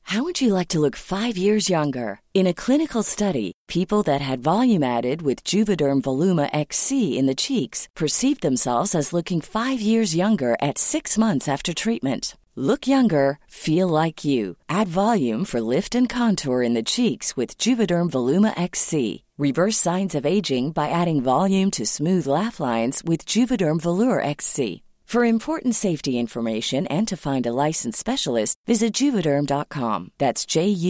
How would you like to look 5 years younger? In a clinical study, people that had volume added with Juvederm Voluma XC in the cheeks perceived themselves as looking 5 years younger at 6 months after treatment. Look younger, feel like you. Add volume for lift and contour in the cheeks with Juvederm Voluma XC. Reverse signs of aging by adding volume to smooth laugh lines with Juvederm Volure XC. For important safety information and to find a licensed specialist, visit Juvederm.com. That's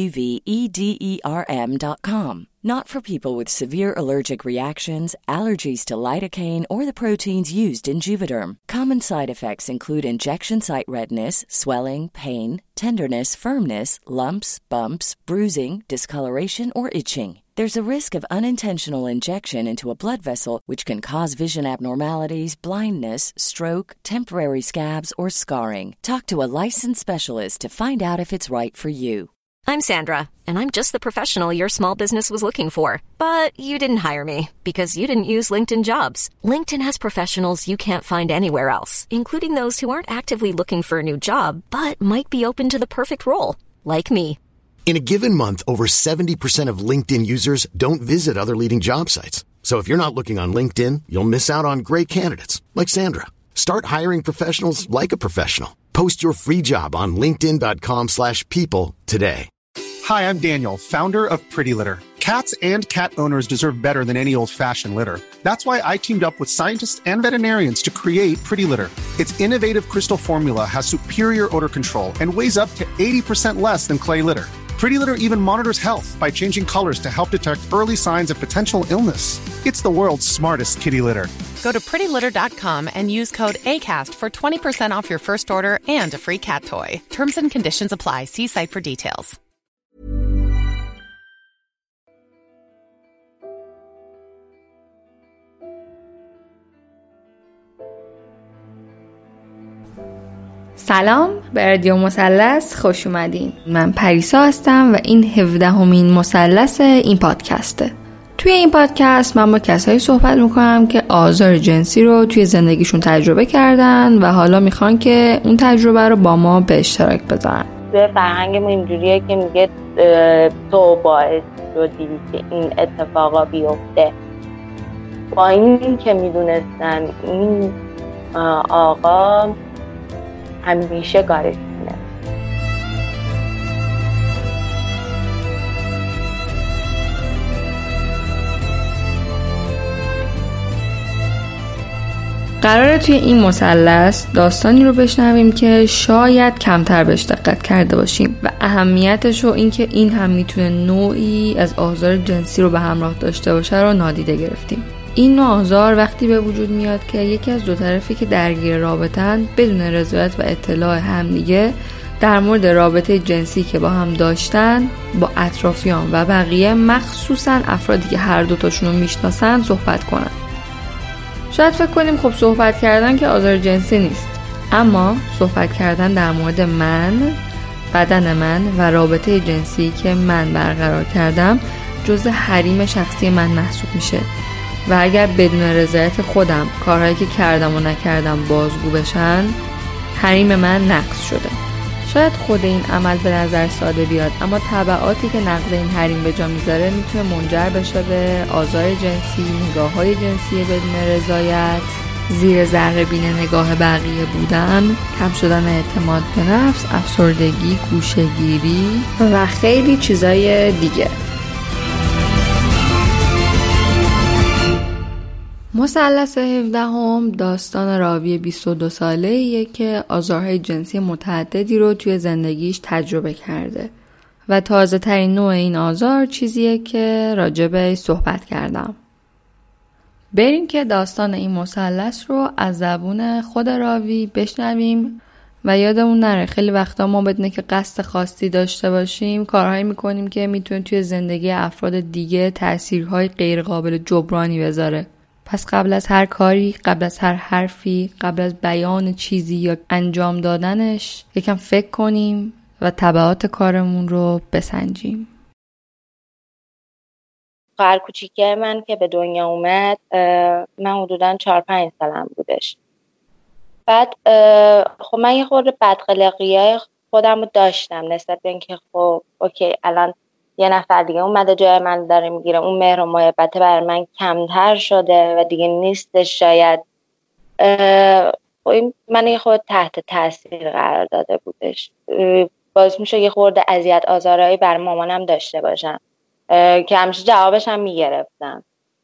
JUVEDERM.com. Not for people with severe allergic reactions, allergies to lidocaine, or the proteins used in Juvederm. Common side effects include injection site redness, swelling, pain, tenderness, firmness, lumps, bumps, bruising, discoloration, or itching. There's a risk of unintentional injection into a blood vessel, which can cause vision abnormalities, blindness, stroke, temporary scabs, or scarring. Talk to a licensed specialist to find out if it's right for you. I'm Sandra, and I'm just the professional your small business was looking for. But you didn't hire me because you didn't use LinkedIn Jobs. LinkedIn has professionals you can't find anywhere else, including those who aren't actively looking for a new job, but might be open to the perfect role, like me. In a given month, over 70% of LinkedIn users don't visit other leading job sites. So if you're not looking on LinkedIn, you'll miss out on great candidates like Sandra. Start hiring professionals like a professional. Post your free job on linkedin.com/people today. Hi, I'm Daniel, founder of Pretty Litter. Cats and cat owners deserve better than any old-fashioned litter. That's why I teamed up with scientists and veterinarians to create Pretty Litter. Its innovative crystal formula has superior odor control and weighs up to 80% less than clay litter. Pretty Litter even monitors health by changing colors to help detect early signs of potential illness. It's the world's smartest kitty litter. Go to prettylitter.com and use code ACAST for 20% off your first order and a free cat toy. Terms and conditions apply. See site for details. سلام، به رادیو مثلث خوش اومدین. من پریسا هستم و این 17مین مثلث این پادکسته. توی این پادکست من با کسایی صحبت میکنم که آزار جنسی رو توی زندگیشون تجربه کردن و حالا میخوان که اون تجربه رو با ما به اشتراک بذارن. توی فرهنگمون اینجوریه که میگه تو باعث شدی که این اتفاقا بیفته. با این که میدونستم این آقا همیشه کارش کنه. قراره توی این مثلث داستانی رو بشنویم که شاید کمتر بهش دقت کرده باشیم و اهمیتش و اینکه این هم میتونه نوعی از آزار جنسی رو به همراه داشته باشه رو نادیده گرفتیم. این نوع آزار وقتی به وجود میاد که یکی از دو طرفی که درگیر رابطن بدون رضایت و اطلاع همدیگه در مورد رابطه جنسی که با هم داشتن با اطرافیان و بقیه، مخصوصا افرادی که هر دوتاشون رو میشناسن، صحبت کنن. شاید فکر کنیم خب صحبت کردن که آزار جنسی نیست، اما صحبت کردن در مورد من، بدن من و رابطه جنسی که من برقرار کردم جزء حریم شخصی من محسوب میشه و اگر بدون رضایت خودم کارهایی که کردم و نکردم بازگو بشن، حریم من نقض شده. شاید خود این عمل به نظر ساده بیاد، اما تبعاتی که نقض این حریم به جا میذاره میتونه منجر بشه به آزار جنسی، نگاه‌های جنسی بدون رضایت، زیر ذره بین نگاه بقیه بودن، کم شدن اعتماد به نفس، افسردگی، گوشه‌گیری و خیلی چیزای دیگه. مثلث 17 داستان راوی 22 ساله‌ایه که آزارهای جنسی متعددی رو توی زندگیش تجربه کرده و تازه ترین نوع این آزار چیزیه که راجبش صحبت کردم. بریم که داستان این مثلث رو از زبون خود راوی بشنویم و یادمون نره خیلی وقتا ما بدونه که قصد خاصی داشته باشیم کارهایی میکنیم که میتونه توی زندگی افراد دیگه تأثیرهای غیر قابل جبرانی بذاره. پس قبل از هر کاری، قبل از هر حرفی، قبل از بیان چیزی یا انجام دادنش یکم فکر کنیم و تبعات کارمون رو بسنجیم. خواهر کوچیکه من که به دنیا اومد من حدوداً 4-5 سالم بودش. بعد خب من یه خورده بدخلقی‌های خودم رو داشتم نسبت به اینکه خب اوکی الان یه نفر دیگه اومده جای من داره میگیره، اون مهر و محبت برای من کمتر شده و دیگه نیستش شاید. این من یه خورده تحت تاثیر قرار داده بودش، باعث میشه یه خورده اذیت آزارایی بر مامانم داشته باشم که همیشه جوابش هم میگرفتم.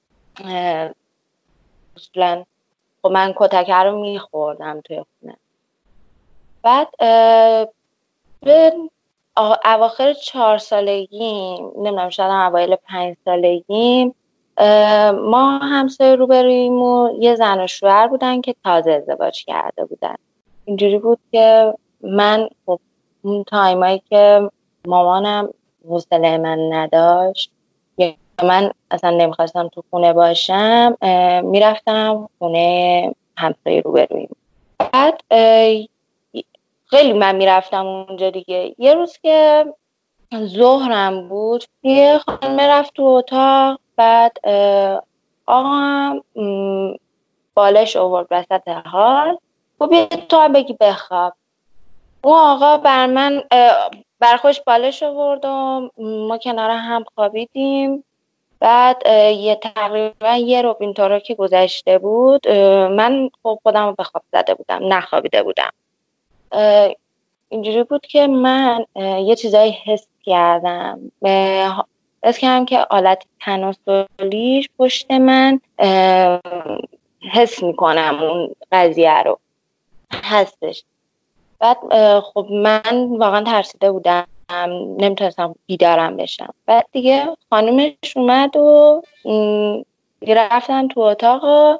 اصلا خب من کتکه رو میخوردم توی خونه. بعد به اواخر 4 سالگیم، نمیدونم شاید هم اوایل 5 سالگیم، ما همسایه روبرویمون یه زن و شوهر بودن که تازه ازدواج کرده بودن. اینجوری بود که من خب اون تایمایی که مامانم حوصله من نداشت یا من اصلا نمیخواستم تو خونه باشم، میرفتم خونه همسایه روبرویمون. بعد خیلی من میرفتم اونجا دیگه. یه روز که ظهرم بود، یه خانم رفت تو اتاق، بعد آقا هم بالش آورد وسط حال، گفت بیا تو هم بگی بخواب. اون آقا بر خوش بالش آورد و ما کنار هم خوابیدیم. بعد تقریبا یه رو اینطورا که گذشته بود، من خب خودم رو به خواب زده بودم، نخوابیده بودم. اینجوری بود که من یه چیزایی حس کردم که آلت تناسلیش پشت من حس میکنم اون قضیه رو هستش. بعد خب من واقعا ترسیده بودم، نمیتونستم بیدارم بشم. بعد دیگه خانومش اومد و رفتن تو اتاق و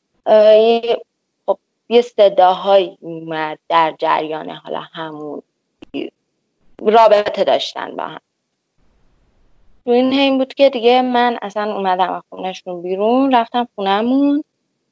یه صداهایی اومد در جریان حالا همون رابطه داشتن با هم. تو این بود که دیگه من اصلا اومدم از خونهشون بیرون، رفتم خونهمون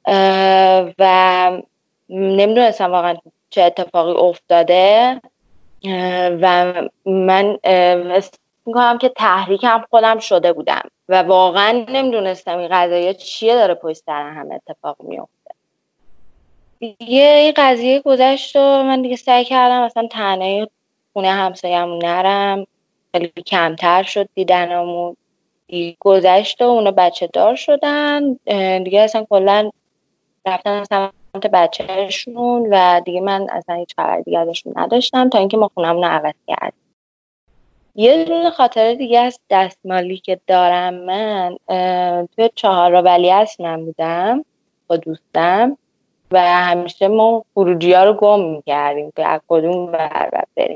و نمیدونستم واقعا چه اتفاقی افتاده و من میگم که تحریکم خودم شده بودم و واقعا نمیدونستم این قضیه چیه داره پشت سر هم اتفاق میفته. دیگه این قضیه گذشت و من دیگه سعی کردم اصلا تنهایی خونه همسایه‌مون نرم، خیلی کمتر شد دیدنمون. گذشت و اونا بچه دار شدن دیگه، اصلا کلا رفتن سمت بچه‌شون و دیگه من اصلا هیچ خبر دیگه ازشون نداشتم تا اینکه ما خونمون رو عوض کردیم. یه دونه خاطره دیگه از دستمالی که دارم من، توی چهارراولیعصر من بودم با دوستم و همیشه ما خروجی‌ها رو گم می‌کردیم که از کدوم ور بریم.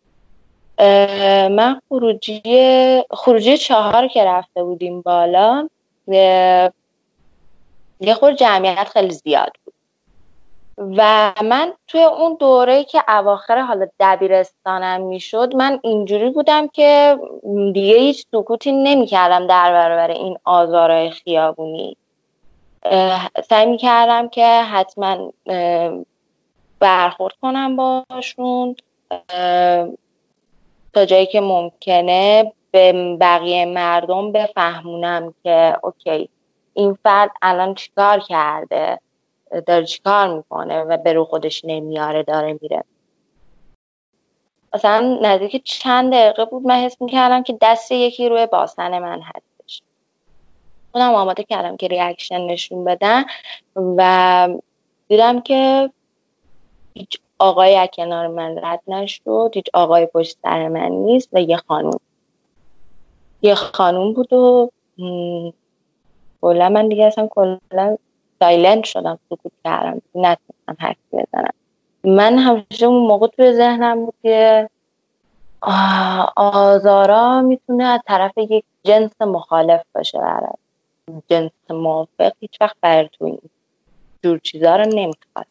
من خروجی 4 که رفته بودیم بالا، یه خورده جمعیت خیلی زیاد بود و من توی اون دوره که اواخر حالا دبیرستانم میشد، من اینجوری بودم که دیگه هیچ سکوتی نمی‌کردم در برابر این آزارهای خیابونی. سعی می‌کردم که حتما برخورد کنم باشون تا جایی که ممکنه به بقیه مردم بفهمونم که اوکی این فرد الان چیکار کرده، داره چیکار میکنه و به رو خودش نمیاره، داره میره. مثلا نزدیک چند دقیقه بود من حس میکردم که دست یکی روی باسن من هستش. خودم آماده کردم که ریاکشن نشون بدم و دیدم که هیچ آقایی از کنار من رد نشد، هیچ آقای پشت سر من نیست و یه خانوم بود و کلا من دیگه اصلا کلا سایلنت شدم، سکوت کردم، نتونستم حرفی بزنم. من همیشه اون موقع توی ذهنم بود که آزارا میتونه از طرف یک جنس مخالف باشه، برای جنس موافق هیچ وقت برای تو این جور چیزا رو نمیخواد.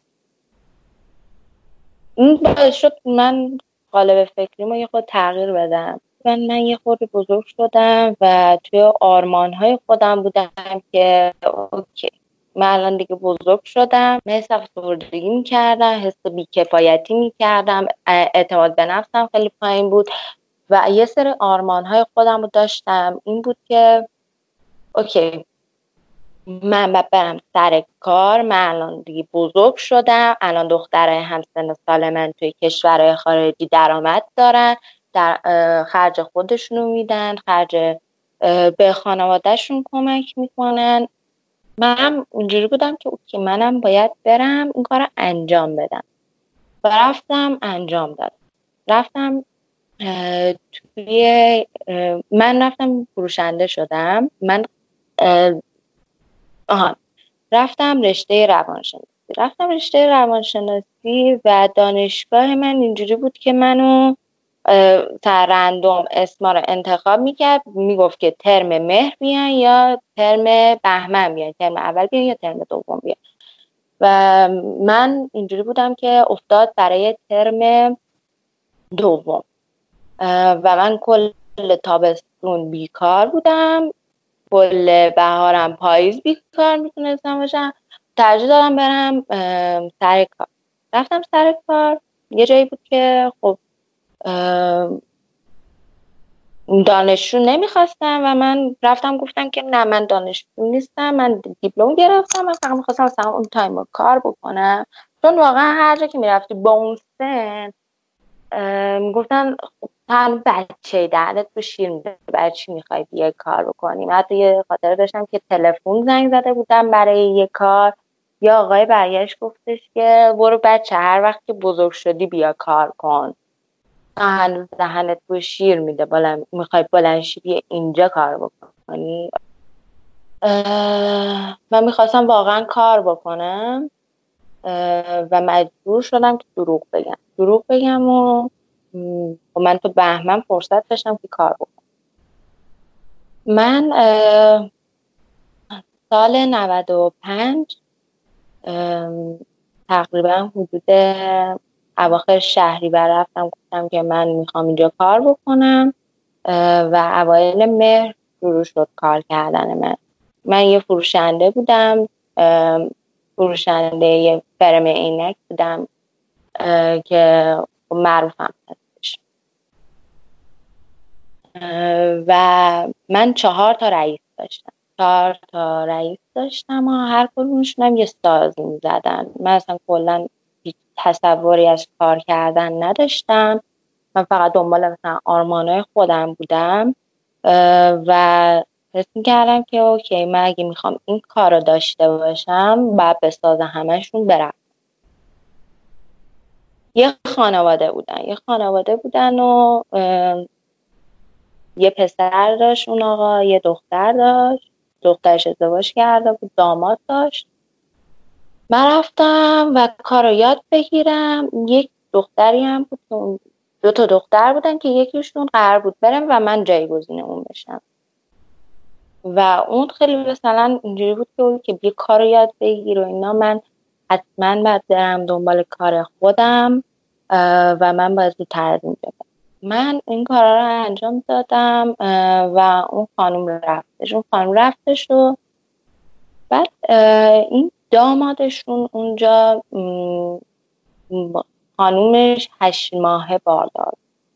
این باعث شد من قالب فکریمو یه خود تغییر بدم. من یه خورده بزرگ شدم و توی آرمان‌های خودم بودم که اوکی من الان دیگه بزرگ شدم، من حس افسردگی می‌کردم، حس بی‌کفایتی می‌کردم، اعتماد به نفسم خیلی پایین بود و یه سری آرمان‌های خودم رو داشتم. این بود که اوکی من برم سر کار. من الان دیگه بزرگ شدم، الان دخترای همسن سال من توی کشورهای خارجی درآمد دارن، در خرج خودشونو میدن، خرج به خانوادهشون کمک میکنن. منم اینجوری بودم که اوکی منم باید برم این کار انجام بدم و رفتم انجام دادم. رفتم من رفتم فروشنده شدم. من رفتم رشته روانشناسی و دانشگاه من اینجوری بود که منو رندوم اسما رو انتخاب میکرد، میگفت که ترم مهر بیان یا ترم بهمن بیان، ترم اول بیان یا ترم دوم بیان. و من اینجوری بودم که افتاد برای ترم دوم و من کل تابستون بیکار بودم، کل بهارم پاییز بیکار میتونستم باشم. ترجیح دادم برم سر کار. رفتم سر کار. یه جایی بود که خب دانشجو نمیخواستم و من رفتم گفتم که نه من دانشجو نیستم، من دیپلم گرفتم، من فقط میخواستم مثلا اون تایم کار بکنم. چون واقعا هر جا که میرفتی با اون سن میگفتن هم بچه دهنت رو شیر میده، برای چی میخوای یه کار بکنی. من حتی یه خاطره داشتم که تلفن زنگ زده بودم برای یه کار، یا آقای برگشت گفتش که برو بچه هر وقت که بزرگ شدی بیا کار کن، هنوز دهنت رو شیر میده، میخوای بلند شی بیا اینجا کار بکنی. من میخواستم واقعا کار بکنم و مجبور شدم که دروغ بگم و من تو بهمن فرصت داشتم که کار بکنم. من سال 95 تقریبا حدود اواخر شهریور رفتم گفتم که من میخوام اینجا کار بکنم و اوایل مهر شروع شد کار کردن من یه فروشنده بودم، فروشنده یه فرم عینک بودم که معروفم هستش و من 4 تا رئیس داشتم و هر کدومشون هم یه ساز می‌زدن. من اصلا کلا هیچ تصوری از کار کردن نداشتم، من فقط دنبال مثلا آرمانای خودم بودم و حس می‌کردم که اوکی من اگه میخوام این کار رو داشته باشم باید به ساز همشون برم. یه خانواده بودن و یه پسر داشت اون آقا، یه دختر داشت، دخترش ازدواج کرده بود، داماد داشت. من رفتم و کار رو یاد بگیرم. یک دختری هم بود که اون 2 تا دختر بودن که یکیشون قرار بود برم و من جایگزین اون بشم و اون خیلی مثلا اینجوری بود که بیا کار رو یاد بگیر و اینا. من حتما باید برم دنبال کار خودم و من باید زودتر از اینجا برم. من این کارا رو انجام دادم و اون خانم رفتش و بعد این دامادشون اونجا خانومش 8 ماه باردار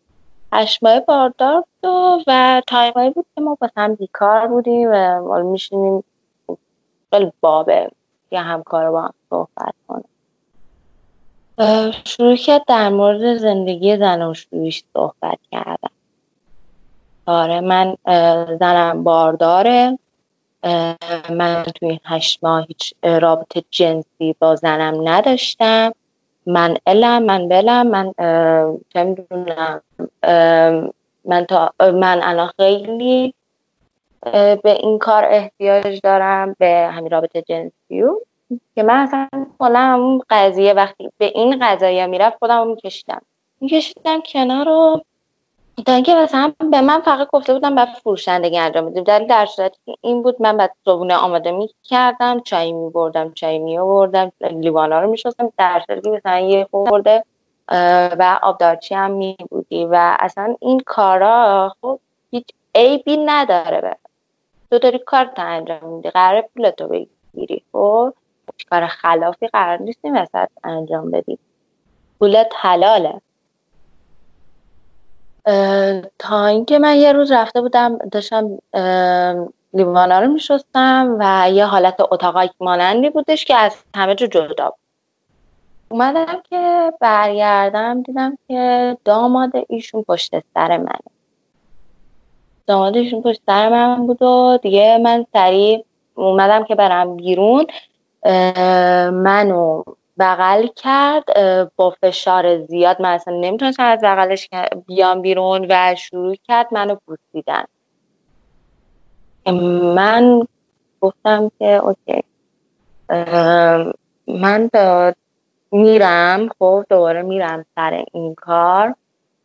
و تایمایی بود که ما با هم بیکار بودیم و میشینیم خیلی بابه یه همکار با هم صحبت کنیم. شروع کرد در مورد زندگی زناشوییش صحبت کردن. آره من زنم بارداره، من توی این 8 ماه هیچ رابطه جنسی با زنم نداشتم، من چه میدونم من الان خیلی به این کار احتیاج دارم، به همین رابطه جنسی که من اصلا کلا اون قضیه وقتی به این قضایا میرفت خودم رو میکشیدم کنار رو تا اینکه مثلا به من فقط گفته بودم بعد فروشندگی انجام بدیم، در صورتی که این بود من بعد صبحونه آماده میکردم، چای میبردم، چای میآوردم، لیوانا رو میشستم، در صورتی که مثلا یه خورده و آبدارچی هم میبودی و اصلا این کارا خب هیچ عیبی نداره. تو داری کارت انجام میدی، قراره پولتو بگیری، خب کار خلافی قرار نیست این وسط انجام بدی، پولت حلاله. تا اینکه من یه روز رفته بودم داشتم لیوانا رو میشستم و یه حالت اتاقک مانندی بودش که از همه جا جدا بود. اومدم که برگردم دیدم که داماد ایشون پشت سر من بود و دیگه من سریع اومدم که برم بیرون. منو بغل کرد با فشار زیاد، من اصلا نمیتونستم از بغلش بیام بیرون و شروع کرد منو بوسیدن. من گفتم که اوکی من میرم، خب دوباره میرم سر این کار.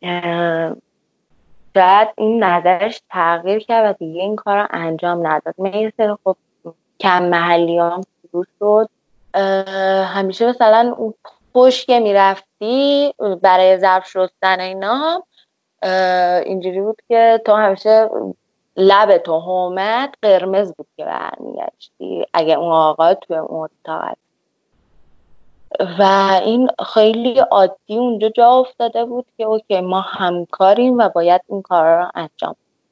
شاید این نظرش تغییر کرد و دیگه این کار رو انجام نداد. من یه سری خب کم محلی هم شروع شد. همیشه مثلا اون پشت که میرفتی برای ظرف شستن اینا اینجوری بود که تو همیشه لب تو اومد قرمز بود که برمیگشتی اگه اون آقا توی اون اتاق. و این خیلی عادی اونجا جا افتاده بود که اوکی ما همکاریم و باید این کار رو انجام.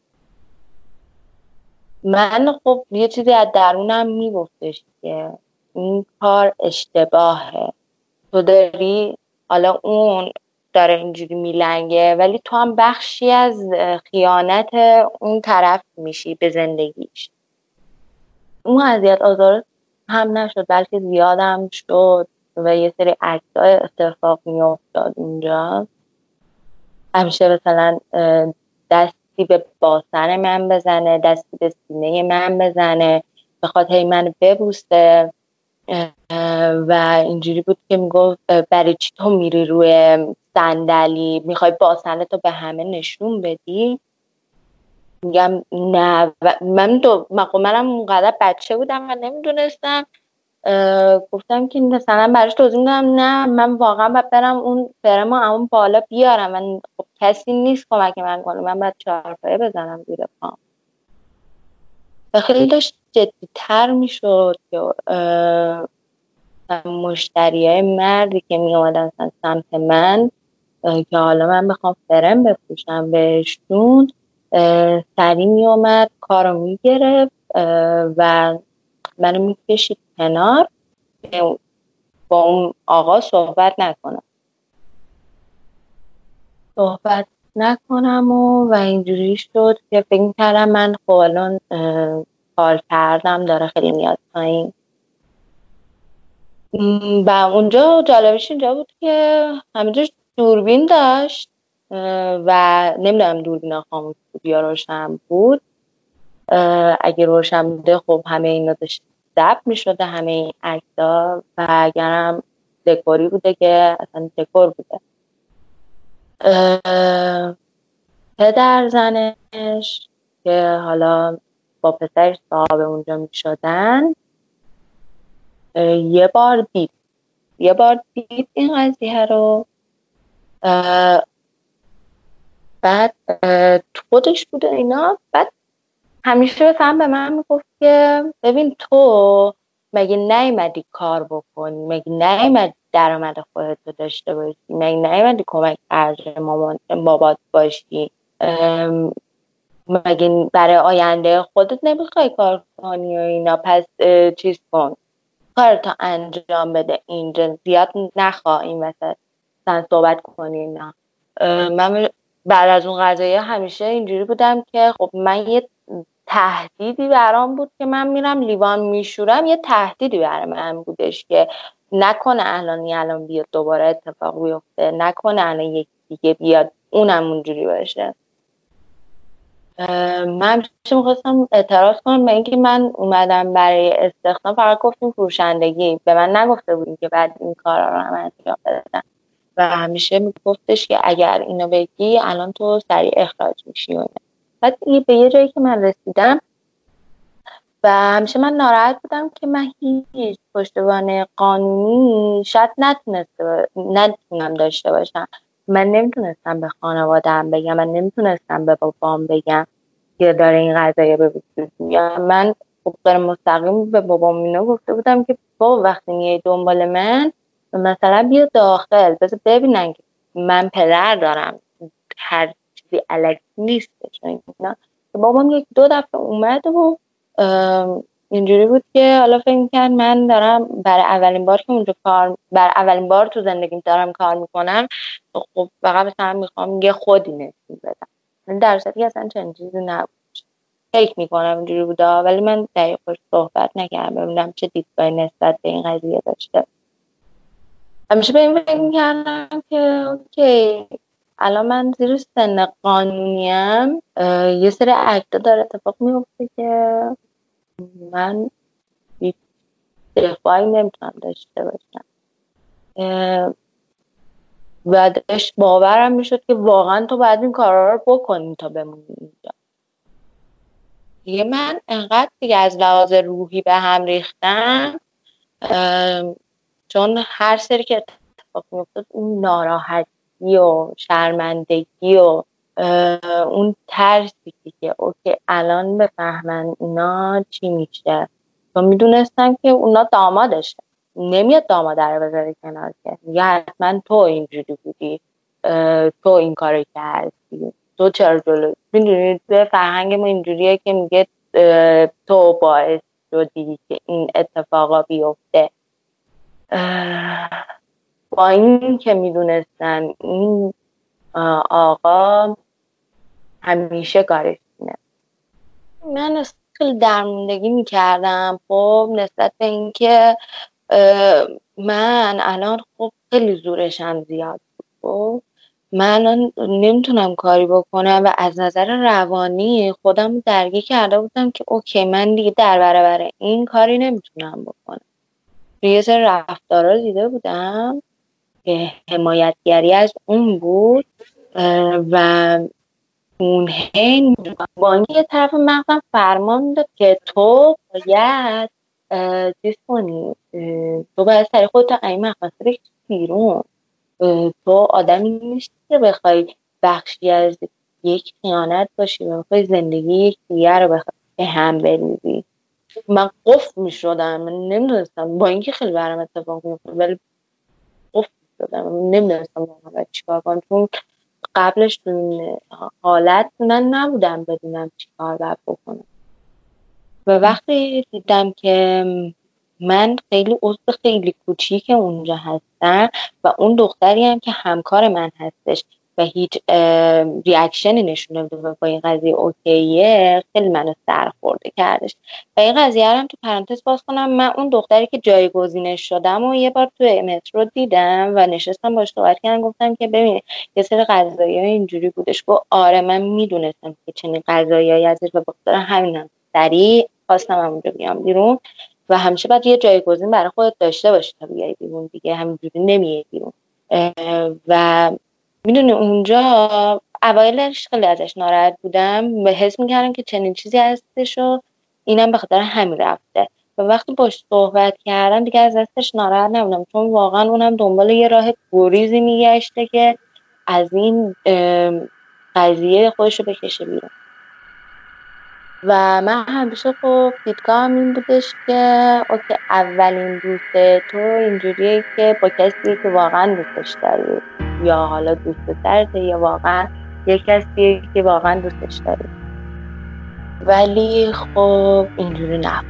من خب یه چیزی از درونم میگفتش که این کار اشتباهه، تو داری حالا اون داره اینجوری میلنگه ولی تو هم بخشی از خیانت اون طرف میشی به زندگیش. اون اذیت آزار هم نشد بلکه زیادم شد و یه سری عکس‌های اتفاق میافتاد اونجا. همیشه مثلا دستی به باسن من بزنه، دستی به سینه من بزنه، به خاطر من ببوسه و اینجوری بود که میگفت برای چی تو میری روی صندلی میخوای باسنتو به همه نشون بدی؟ میگم نه. منم اونقدر بچه بودم و نمیدونستم. گفتم که مثلا براش توضیح میدم نه من واقعا باید برم اون فرمو اون بالا بیارم، من خب کسی نیست کمک من کنه، من باید چهارپایه بزنم زیر پام. و خیلی داشت جدی‌تر میشد که مشتریای مردی که می اومدن سمت من که حالا من بخوام فرم بفروشم بهشون سری می اومد کارو می گرفت و منو می کشید کنار با اون آقا صحبت نکنم و اینجوری شد که فکر کردم من خب الان کار کردم داره خیلی میاد پایین. و اونجا جالبش اینجا بود که همینجا دوربین داشت و نمیدونم دوربینا خاموش بود یا روشن بود. اگه روشن بوده خب همه اینا داشت ضبط میشده همه این عکس‌ها و اگرم دکوری بوده که اصلا دکور بوده. پدر زنش که حالا با پسرش صاحب اونجا میشدن یه بار دید این قضیه رو. بعد خودش بوده اینا. بعد همیشه مثلا به من میگفت که ببین تو مگه نیومدی کار بکنی، مگه نیومدی درآمد خودت رو داشته باشی، مگه نیومدی کمک خرج مامان بابات باشی، مگه برای آینده خودت نمیخوای کار کنی و اینا، پس چیز کن کارتو انجام بده، اینجا زیاد نخواه این وسط سن صحبت کنی اینا. من بعد از اون قضیه همیشه اینجوری بودم که خب من یه تهدیدی برام بود که من میرم لیوان میشورم، یه تهدیدی برای من بودش که نکنه الان بیاد دوباره اتفاق بیفته، نکنه الان یکی دیگه بیاد اونم اونجوری باشه. من میخواستم اعتراض کنم به اینکه من اومدم برای استخدام فقط گفتیم فروشندگی، به من نگفته بودیم که بعد این کارا رو هم انجام بدن و همیشه میگفتش که اگر اینو بگی الان تو سریع اخراج میشی. بعد به یه جایی که من رسیدم و همیشه من ناراحت بودم که من هیچ پشتوانه قانونی شاید نتونم داشته باشم. من نمیتونستم به خانواده‌ام بگم، من نمیتونستم به بابام بگم که داره این قضیه به وجود میاد. من غیر مستقیم به بابام اینو گفته بودم که بابا وقتی میای دنبال من مثلا بیا داخل بذار ببینن که من پدر دارم، هر چیزی الکی نیستش. بابام 1-2 دفعه اومد و اینجوری بود که حالا فکر می‌کرد من دارم برای اولین بار تو زندگیم دارم کار میکنم، خب فقط مثلا میخوام یه خودی نشون بدم، در صورتی که اصلا چنین چیزی نبود. فکر میکنم اینجوری بوده، ولی من دقیقش صحبت نکردم ببینم چه دیدگاهی نسبت به این قضیه داشته. همیشه به این فکر میکردم که اوکی الان من زیر سن قانونیم، یه سری اکتا داره اتفاق میفته که من دفاعی نمیتونم داشته باشم و داشت باورم میشد که واقعا تو باید این کارا رو بکنی تا بمونی اینجا. دیگه من انقدر دیگه از لحاظ روحی به هم ریختم، چون هر سری که اتفاق میافتاد اون ناراحتی و شرمندگی و اون ترسی که اوکی الان بفهمن اینا چی میشه، چون میدونستم که اونا دامادشه، نمیاد داماد رو بذاره کنار که یا حتما تو اینجوری بودی، تو این کارو کردی، تو چرا جلو. میدونید به فرهنگ ما اینجوریه که میگه تو باعث شدی که این اتفاقا بیفته. با این که میدونستن این آقا همیشه کارش اینه، من خیلی درموندگی میکردم خب نسبت به این که من الان خب خیلی زورشم زیاد بود، خب من نمیتونم کاری بکنم و از نظر روانی خودم درگیر کرده بودم که اوکی من دیگه در برابر این کاری نمیتونم بکنم. یه سری رفتارا دیده بودم که حمایتگری از اون بود و اون هی با اینکه یه طرف مغزم فرمان داد که تو باید چیز کنی، تو باید سری خودت رو این مخمسه بکشی بیرون، تو آدمی نیستی که بخوای بخشی از یک خیانت باشی و بخوای زندگی یک دیگر رو بخوای به هم بریزی. من قفل می شدم، من نمیدونستم، با اینکه خیلی برام اتفاق میفته ولی قفل می شدم، نمیدونستم باید چیکار کنم، چون قبلش تو این حالت من نبودم بدونم چیکار باید بکنم. و وقتی دیدم که من خیلی عضو خیلی کوچیک اونجا هستم و اون دختری هم که همکار من هستش و هیچ ریاکشنی نشون نمیده با این قضیه اوکیه، خیلی منو سرخورده کردش. و این قضیه هم تو پرانتز باز کنم، من اون دختری که جایگزینش شدم و یه بار تو مترو دیدم و نشستم باهاش صحبت کردم، گفتم که ببین یه سری قضایای اینجوری بودش. گفت آره من میدونستم که چنین قضایایی هستش و بخاطر همینم سریع خواستم اونجا بیام بیرون و همیشه باید یه جایگزین برای خودت داشته باشی تا بیای بیرون، دیگه همینجوری نمیای بیرون. و میدونی اونجا اوایلش خیلی ازش ناراحت بودم و حس میکردم که چنین چیزی هستش و اینم به خاطر همین رفته. و وقتی باش صحبت کردم دیگه از دستش ناراحت نبودم، چون واقعا اونم دنبال یه راه گریزی میگشته که از این قضیه خودشو بکشه بیرون. و من همیشه خب دیدگاهم این بودش که اوکی اولین دوست تو اینجوریه که با کسی که واقعا دوستش داری، یا حالا دوست دارته یا واقعا یک کسی که واقعا دوستش داری، ولی خب اینجوری نبود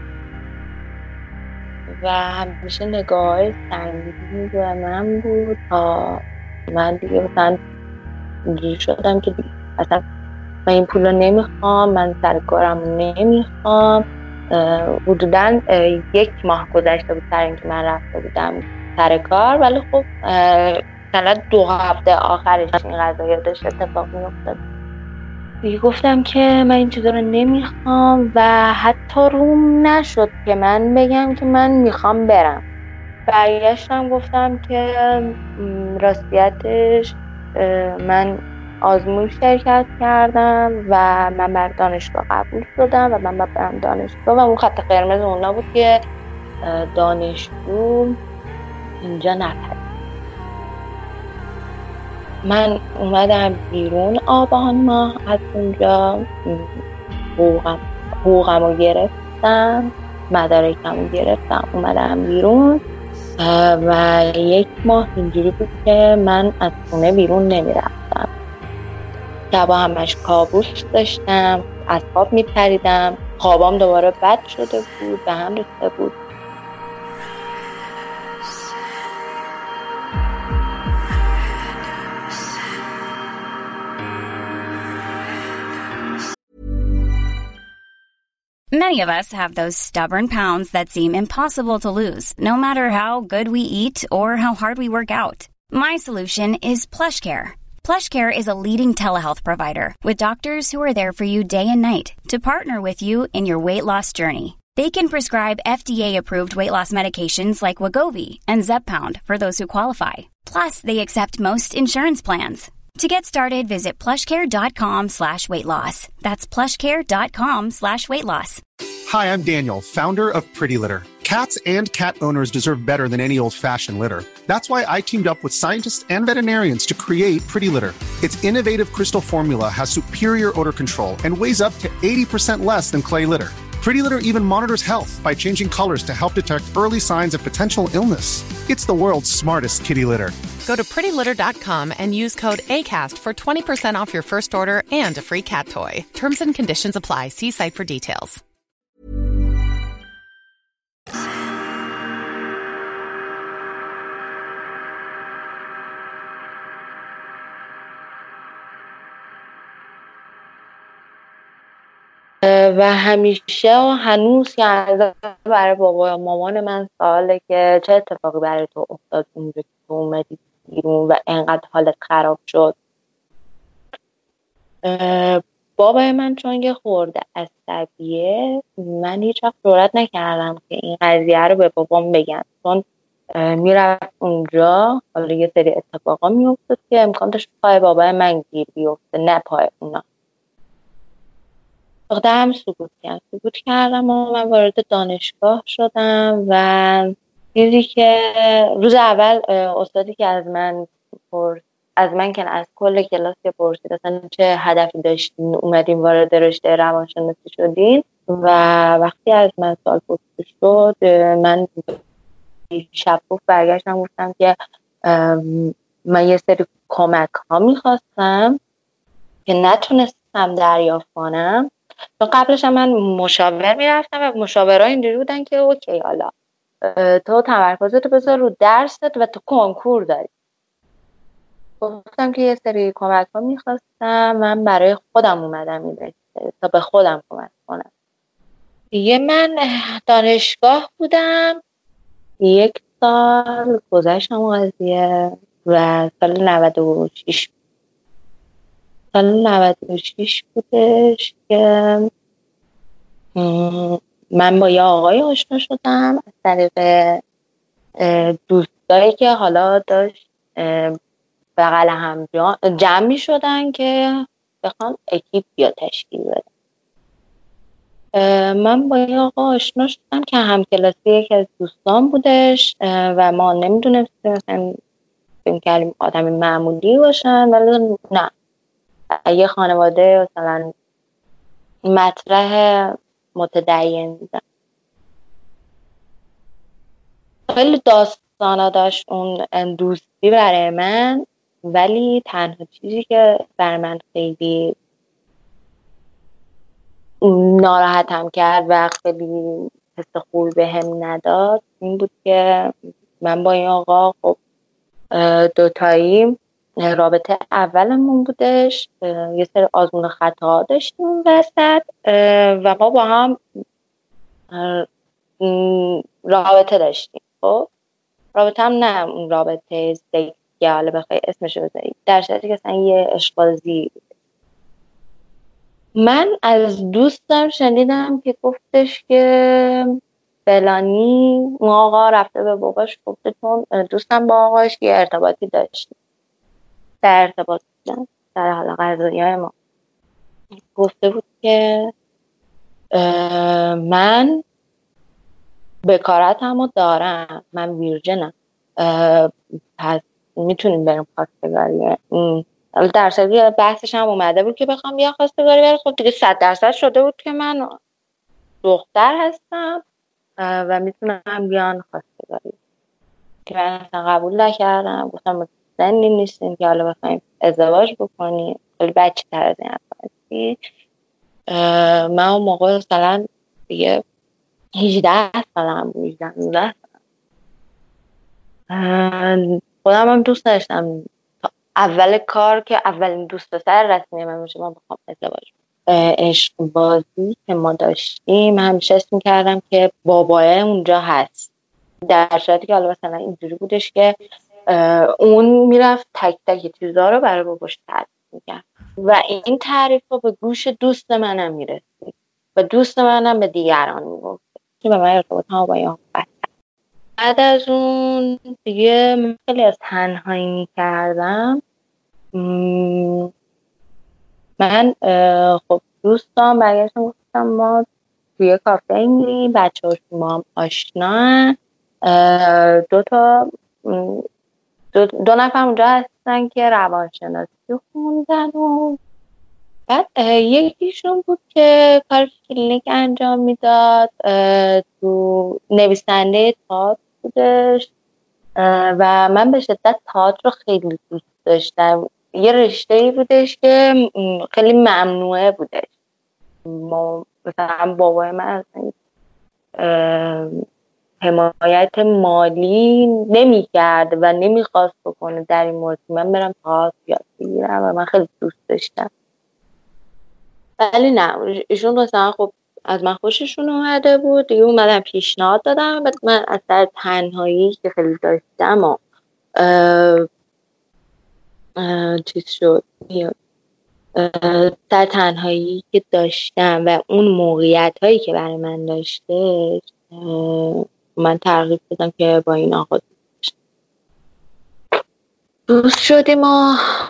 و همیشه نگاه سنگینی به من بود تا من دیگه مثلا اینجوری شدم که دیگه اصلا من این پول رو نمیخوام، من سر کارم نمیخوام. حدوداً 1 ماه گذشته بود سر اینکه من رفته بودم سر کار، ولی خب مثلا 2 هفته آخرش این قضایا داشت اتفاق میافتاد. دیگه گفتم که من این چیزا رو نمیخوام و حتی روم نشد که من بگم که من میخوام برم. برگشتم گفتم که راستیتش من آزمون شرکت کردم و من بر دانشگاه قبول شدم و من برم دانشگاه و اون خط قرمز اونا بود که دانشجو اینجا نپره. من اومدم بیرون آبان ماه از اونجا، حقوقم رو گرفتم، مدارکم رو گرفتم، اومدم بیرون و 1 ماه اینجوری بود که من از خونه بیرون نمیرفتم شبا همش کابوس داشتم، از خواب میپریدم، خوابام دوباره بد شده بود، به هم ریخته بود. Many of us have those stubborn pounds that seem impossible to lose, no matter how good we eat or how hard we work out. My solution is PlushCare. PlushCare is a leading telehealth provider with doctors who are there for you day and night to partner with you in your weight loss journey. They can prescribe FDA-approved weight loss medications like Wegovy and Zepbound for those who qualify. Plus, they accept most insurance plans. To get started, visit plushcare.com/weightloss. That's plushcare.com/weightloss. Hi, I'm Daniel, founder of Pretty Litter. Cats and cat owners deserve better than any old-fashioned litter. That's why I teamed up with scientists and veterinarians to create Pretty Litter. Its innovative crystal formula has superior odor control and weighs up to 80% less than clay litter. Pretty Litter even monitors health by changing colors to help detect early signs of potential illness. It's the world's smartest kitty litter. Go to prettylitter.com and use code ACAST for 20% off your first order and a free cat toy. Terms and conditions apply. See site for details. و همیشه و هنوز که برای بابا و مامان من سواله که چه اتفاقی برای تو افتاد اونجا که تو اومدی بیرون و انقدر حالت خراب شد. بابای من چون یه خورده عصبیه، من هیچ وقت جرئت نکردم که این قضیه رو به بابام بگم، چون میرفت اونجا حالا یه سری اتفاقا میافتاد که امکان داشت پای بابای من گیر بیفته، نه پای اونا. خودم سکوت کردم و من وارد دانشگاه شدم و چیزی که روز اول استادی که از من که از کل کلاس که پرسید اصلا چه هدفی داشتین اومدین وارد رشته روانشناسی شدین و وقتی از من سوال پرسیده شد من شفاف برگشتم گفتم که من یه سری کمک ها میخواستم که نتونستم دریافت کنم. چون قبلش هم من مشاور میرفتم و مشاورها اینجوری بودن که اوکی حالا تو تمرکزتو بذار رو درست و تو کنکور داری. گفتم که یه سری کمک ها میخواستم، من برای خودم اومدم این رشته تا به خودم کمک کنم. دیگه من دانشگاه بودم، 1 سال گذشتم قضیه و سال 96 بودش که من با یه آقای آشنا شدم از طریق دوستایی که حالا داشت بغل هم جمع می شدن که بخوان اکیپ بیا تشکیل بدن. من با یه آقا آشنا شدم که همکلاسی یکی از دوستان بودش و ما نمیدونستیم مثلا فکر کردیم آدمی معمولی باشن، ولی نه، یه خانواده مثلا مطرح متدین بودن. خیلی داستانا داشت اون دوستی برای من، ولی تنها چیزی که برای من خیلی ناراحتم کرد و خیلی حس خوبی بهم نداد این بود که من با این آقا خب دوتایی رابطه اولمون بودش، یه سری آزمون خطا داشتیم وسط و ما با هم رابطه داشتیم. خب رابطه هم نه اون رابطه زیگه حالا بخوای اسمشو بذاری، در صورتی که اصلا یه عشق‌بازی بود. من از دوستم شنیدم که گفتش که فلانی اون آقا رفته به باباش گفته چون دوستم با آقاش یه ارتباطی داشتیم، در ارتباط بودن در حالا قضایی‌های ما. گفته بود که من بکارتمو دارم، من ویرجنم، پس میتونیم بریم خواستگاری. در صدی بحثش هم اومده بود که بخوام بیا خواستگاری بریم. خب دیگه 100% شده بود که من دختر هستم و میتونم بیان خواستگاری، که من اصلا قبول نکردم. گفتم سنی نیستیم که حالا بخوایم ازدواج بکنیم. خیلی بچه تر از این هستی. من اون موقع مثلا دیگه 18 سالم بود، 19 خودم هم دوست داشتم اول کار که اولین دوست پسر رسمی من میشه من بخوام ازدواج. عشق بازی که ما داشتیم همیشه اسم می‌کردم که بابای اونجا هست، در صورتی که حالا مثلا اینجوری بودش که اون میرفت تک تک چیزا رو برای باباش تعریف می‌کرد و این تعریف رو به گوش دوست منم میرسید و دوست منم به دیگران میگفت که به من ارتباط ها با این بعد از اون دیگه خیلی از تنهایی میکردم. من خب دوستان برگشتم گفتم ما توی کافه میریم، بچه هاش ما هم آشنا، دو نفر اونجا هستن که روانشناسی خوندن و بعد یکیشون بود که کار کلینیک انجام میداد، تو نویسنده تئاتر بودش و من به شدت تئاتر رو خیلی دوست داشتم. یه رشته‌ای بودش که خیلی ممنوعه بودش، مثلا بابای من حمایت مالی نمی‌کرد و نمی‌خواست بکنه در این مورد من برم تئاتر یاد بگیرم و من خیلی دوست داشتم. ولی نه، ایشون مثلا خب از من خوششون اومده بود دیگه، اومدن پیشنهاد دادم. بعد من از در تنهایی که خیلی داشتم و چیز شد در تنهایی که داشتم و اون موقعیت هایی که برای من داشته من ترغیب دادم که با این آقا دوست شدیم و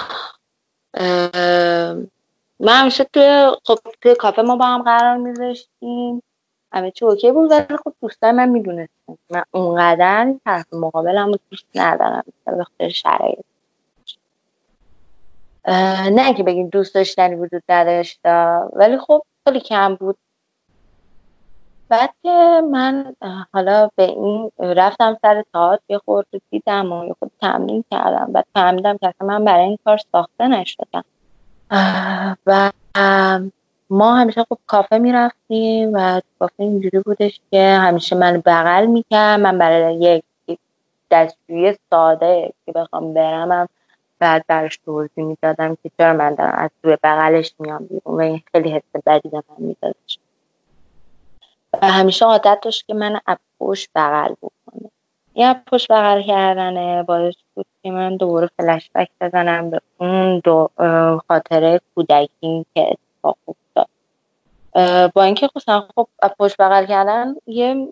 من همیشه توی کافه ما با هم قرار میذاشتیم، همه چی اوکی بود، ولی خب دوستای من میدونستم من اونقدر طرف مقابلم رو دوست ندارم به خاطر شرایط. نه که بگیم دوست داشتنی وجود نداشت ولی خب خیلی کم بود. بعد که من حالا به این رفتم سر تئاتر یه خورده دیدم و یه خورده تمرین کردم، بعد فهمیدم که اصلا من برای این کار ساخته نشدم و ما همیشه خب کافه میرفتیم و کافه اینجوری بودش که همیشه من بغل میکرد. من برای یک دستشویی ساده که بخوام برم بعد برش توضیح میدادم که چرا من دارم از توی بغلش میام بیرون و این خیلی حس بدی به من میدادش و همیشه عادت داشت که من از پشت بغل بکنه. یه پشت بغل کردنه باعث بود که من دوباره فلش بک بزنم به اون خاطره کودکی که اتفاق افتاد. با اینکه خب پشت بغل کردن یه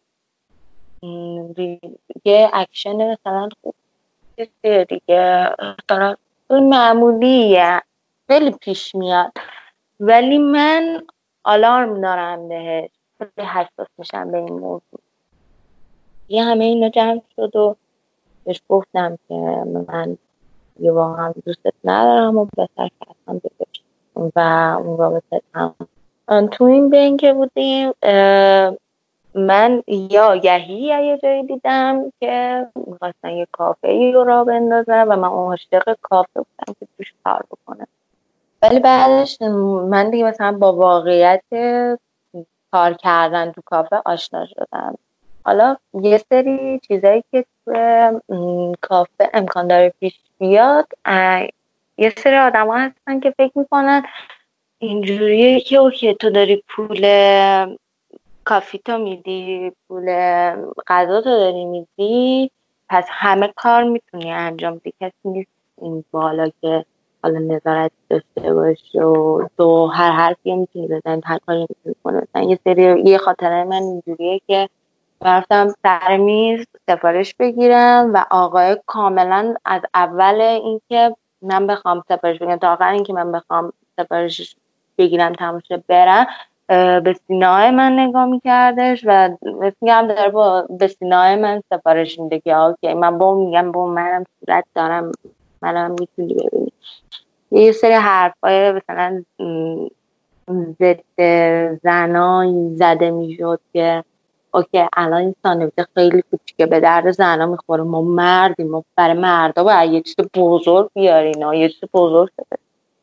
اکشن مثلا خوب دیگه مثلا معمولیه خیلی پیش میاد، ولی من آلارم دارم بهش، خیلی حساس میشم به این موضوع. یه همه اینا جمع شد و بهش گفتم که من یه واقعا دوستت ندارم و بهتر کردم بگش و اون رابطه هم تو این بین که بودیم من یا آگهی یه جایی دیدم که میخواستن یه کافه ای رو راه بندازن و من عاشق کافه بودم که توش کار بکنم، ولی بعدش من دیگه مثلا با واقعیت کار کردن تو کافه آشنا شدم. حالا یه سری چیزایی که تو کافه امکان داره پیش بیاد، یه سری آدم ها هستن که فکر میکنن اینجوریه که اوکی تو داری پول کافی تو میدی، پول غذا تو داری میدی، پس همه کار میتونی انجام بدی، کسی نیست این بالا که حالا نظارت داشته باشه و تو هر حرفی میتونی بزنی، هر کاری میتونی کنی. یه سری یه خاطره من اینجوریه که رفتم سر میز سفارش بگیرم و آقای کاملا از اول اینکه من بخوام سفارش بگیرم تا آخر اینکه من بخوام سفارش بگیرم تماشا برم به سینه‌های من نگاه میکردش و میگم داره به سینه‌های من سفارش میده که اوکی من میگم منم صورت دارم، منم میتونی ببینی. یه سری حرفای مثلا ضد زنای زده میشد که اوکی الان این ساندویچ خیلی کوچیکه به درد زنا میخوره، ما مردیم، ما برای مردا باید یه چیز بزرگ بیارین، یه چیز بزرگ بده.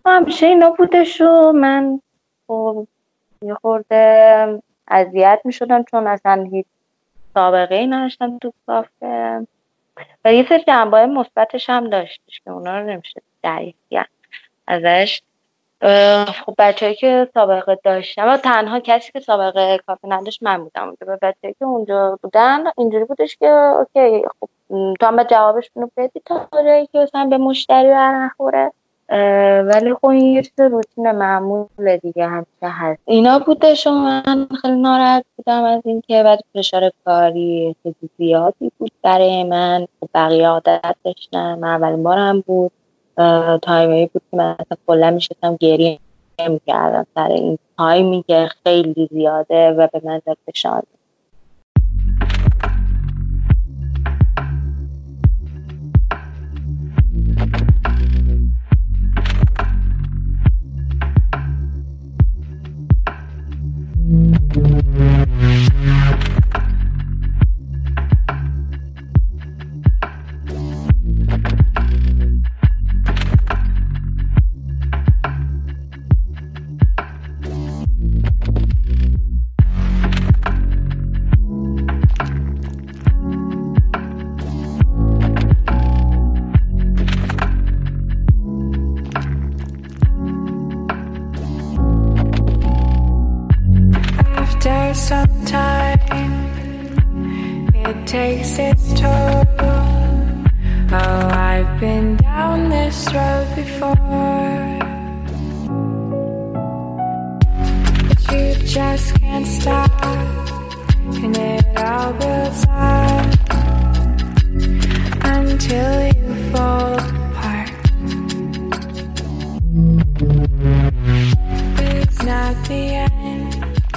همیشه اینا بودش و من خب یه خورده اذیت میشدم چون اصلا هیچ سابقه ای نداشتم تو کافه و یه سری جنبه‌های مثبتش هم داشتش که اونا رو نمیشه تعریف کرد ازش. خب بچه‌ای که سابقه داشتم و تنها کسی که سابقه کافه نداشت من بودم اونجا. و بچه‌ای که اونجا بودن اینجوری بودش که اوکی خب تو هم به جوابشون رو بدی تا جایی که مثلا به مشتری برنخوره، ولی خب این یه چیز روتین معمول دیگه همیشه هست. اینا بودش و من خیلی ناراحت بودم از این که بعد فشار کاری خیلی زیادی بود برای من. بقیه عادت داشتن، من اولین بارم بود. تایمی بود که من اصلا کلا میشستم گریه میکردم سر این تایمی که خیلی زیاده و به من داد فشار. Some time it takes its toll. Oh, I've been down this road before, but you just can't stop, and it all builds up until you fall apart. It's not the end.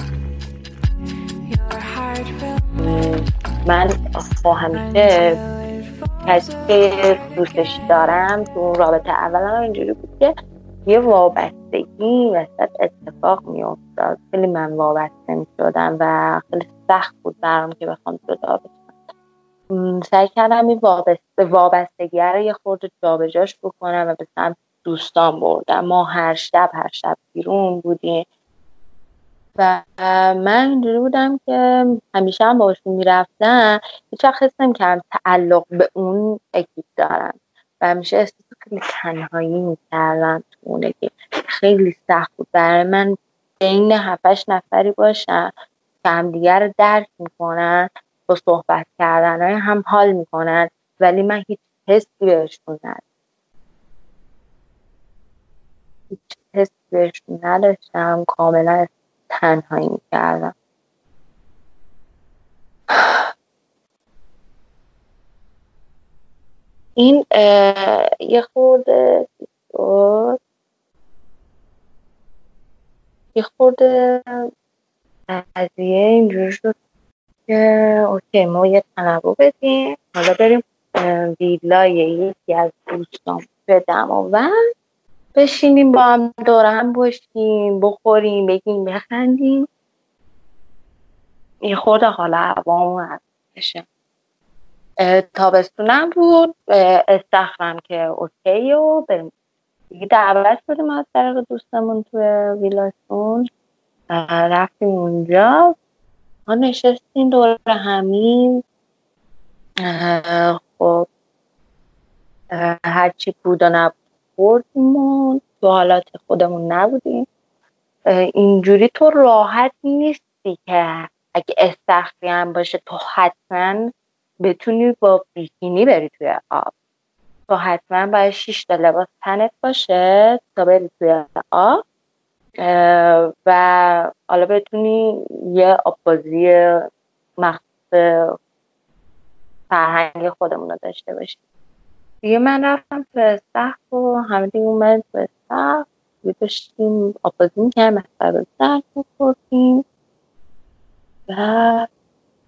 من همیشه کسی که دوستش دارم تو اون رابطه اولم اینجوری بود که یه وابستگی وسط اتفاق می افتاد. خیلی من وابسته می شدم و خیلی سخت بود برام که بخوام جدا بشم. سعی کردم این وابستگی رو یه خورده جابجاش بکنم و به سمت دوستان بردم. ما هر شب بیرون بودیم و من اینجوری بودم که همیشه هم باشون میرفتم، هیچ وقت حس نمی‌کردم تعلق به اون اکیپ دارم و همیشه احساس خیلی تنهایی میکردم تو اون اکیپ. خیلی سخت بود برای من بین 7-8 نفری باشم که همدیگر رو درک میکنن، با صحبت کردنهای هم حال میکنن، ولی من هیچ حسی بهشون نداشتم. هیچ حسی بهشون نداشتم، کاملا تنهایی میکردم. این یه خورده قضیه اینجور شد که اوکی ما یه تنوع بدیم، حالا بریم ویلای یکی از دوستان به دماوند بشینیم با هم دور هم باشیم، بخوریم، بگیم، بخندیم، یه خورده حالا هوامون عوض بشه. تابستونم بود، استخرم که اوکی و بریم دیگه. دعوت شدیم از طریق دوستمون توی ویلاشون، رفتیم اونجا، ما نشستیم دور همین. خب هرچی بود و نبود خوردیمون، تو حالات خودمون نبودیم. اینجوری تو راحت نیستی که اگه استخری هم باشه تو حتما بتونی با بیکینی بری توی آب. تو حتما باید 6 تا لباس تنت باشه تا بری توی آب و حالا بتونی یه آب‌بازی مخصوص فرهنگ خودمون رو داشته باشی. دیگه من رفتم تو استخر و همه دیگه اومد تو استخر، داشتیم آب‌بازی می‌کردیم، مسخره بازی می‌کردیم و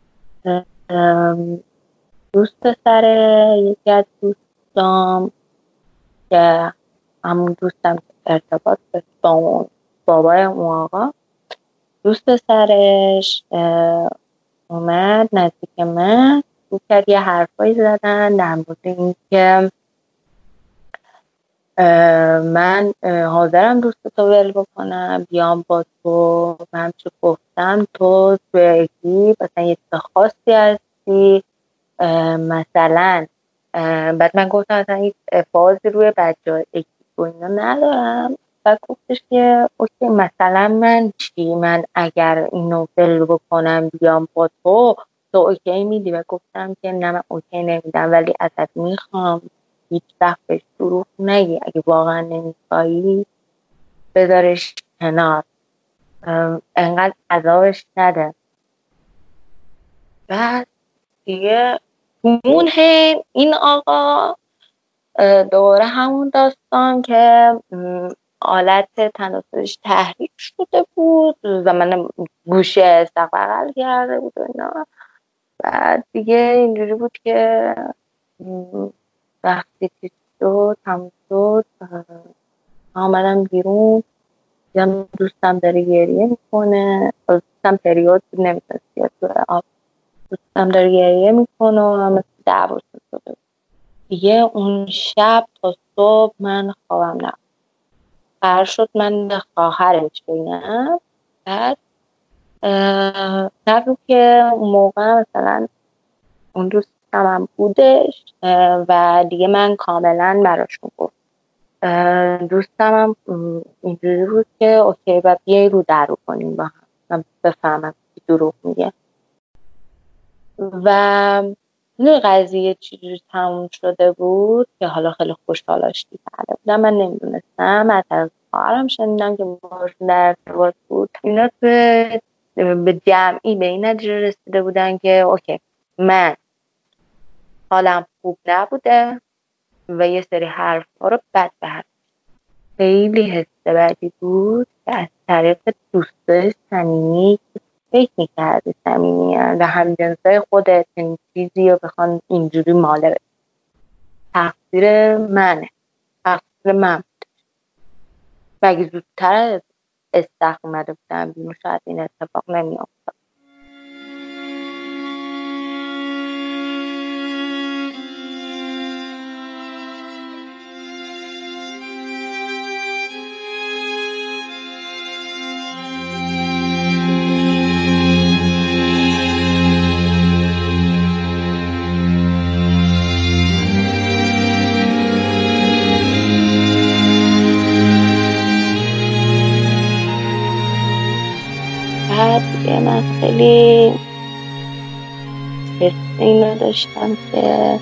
دوست سر یکی از دوستام که همون دوستم ارتباط داشت با اون بابای اون آقا، دوست سرش اومد نزدیک من، بود کرد یه حرفایی زدن در مورد این که من حاضرم دوستتو ول بکنم بیام با تو، من چه گفتم تو اکیپ مثلا یه چیز خاصی هستی مثلا. بعد من گفتم مثلا این فازی روی بچه اکیپ و اینا ندارم. بعد گفتش که اوکی مثلا من چی، من اگر اینو ول بکنم بیام با تو اوکی میدی؟ و گفتم که نه من اوکی نمیدم، ولی ازت میخوام هیچ وقت بهش دروغ نگی، اگه واقعا نمیخوایی بذارش کنار، انقدر عذابش نده. بعد دیگه اون این آقا دوباره همون داستان که آلت تناسلش تحریک شده بود و من گوشه استقبال کرده بود و اینا. بعد دیگه اینجوری بود که وقتی که تموم شد آمدم بیرون، دیدم دوستم داره گریه میکنه، دوستم پریود بود نمیتونست بیاد تو آب، دوستم داره گریه میکنه و مثل دعوا شده بود. دیگه اون شب تا صبح من خوابم نبود. قرار شد من به خواهرش بگم. بعد نگو که اون موقع مثلا اون دوستم هم بودش و دیگه من کاملا براشون گفت. دوستم هم اینجوری بود که اوکی بعد بیایی رو در رو کنیم با هم، من بفهمم که دروغ میگه. و این قضیه چجوری تموم شده بود که حالا خیلی خوشحال آشتی کرده بودم. من نمیدونستم، از طرف خواهرم شنیدم که باشون در ارتباط بود. اینا به جمعی به این نتیجه رسیده بودن که اوکی من حالم خوب نبوده و یه سری حرفا رو بد به حرف. خیلی حس بدی بود که از طریق دوستای صمیمی که فکر می‌کردی صمیمی و همجنسای خودت این چیزی رو بخوان اینجوری ماله بده. تقصیر من بود. و اگه زودتر استخ اومده بودم بیرون شاید این اتفاق نمی‌افتاد. من خیلی حس اینو داشتم که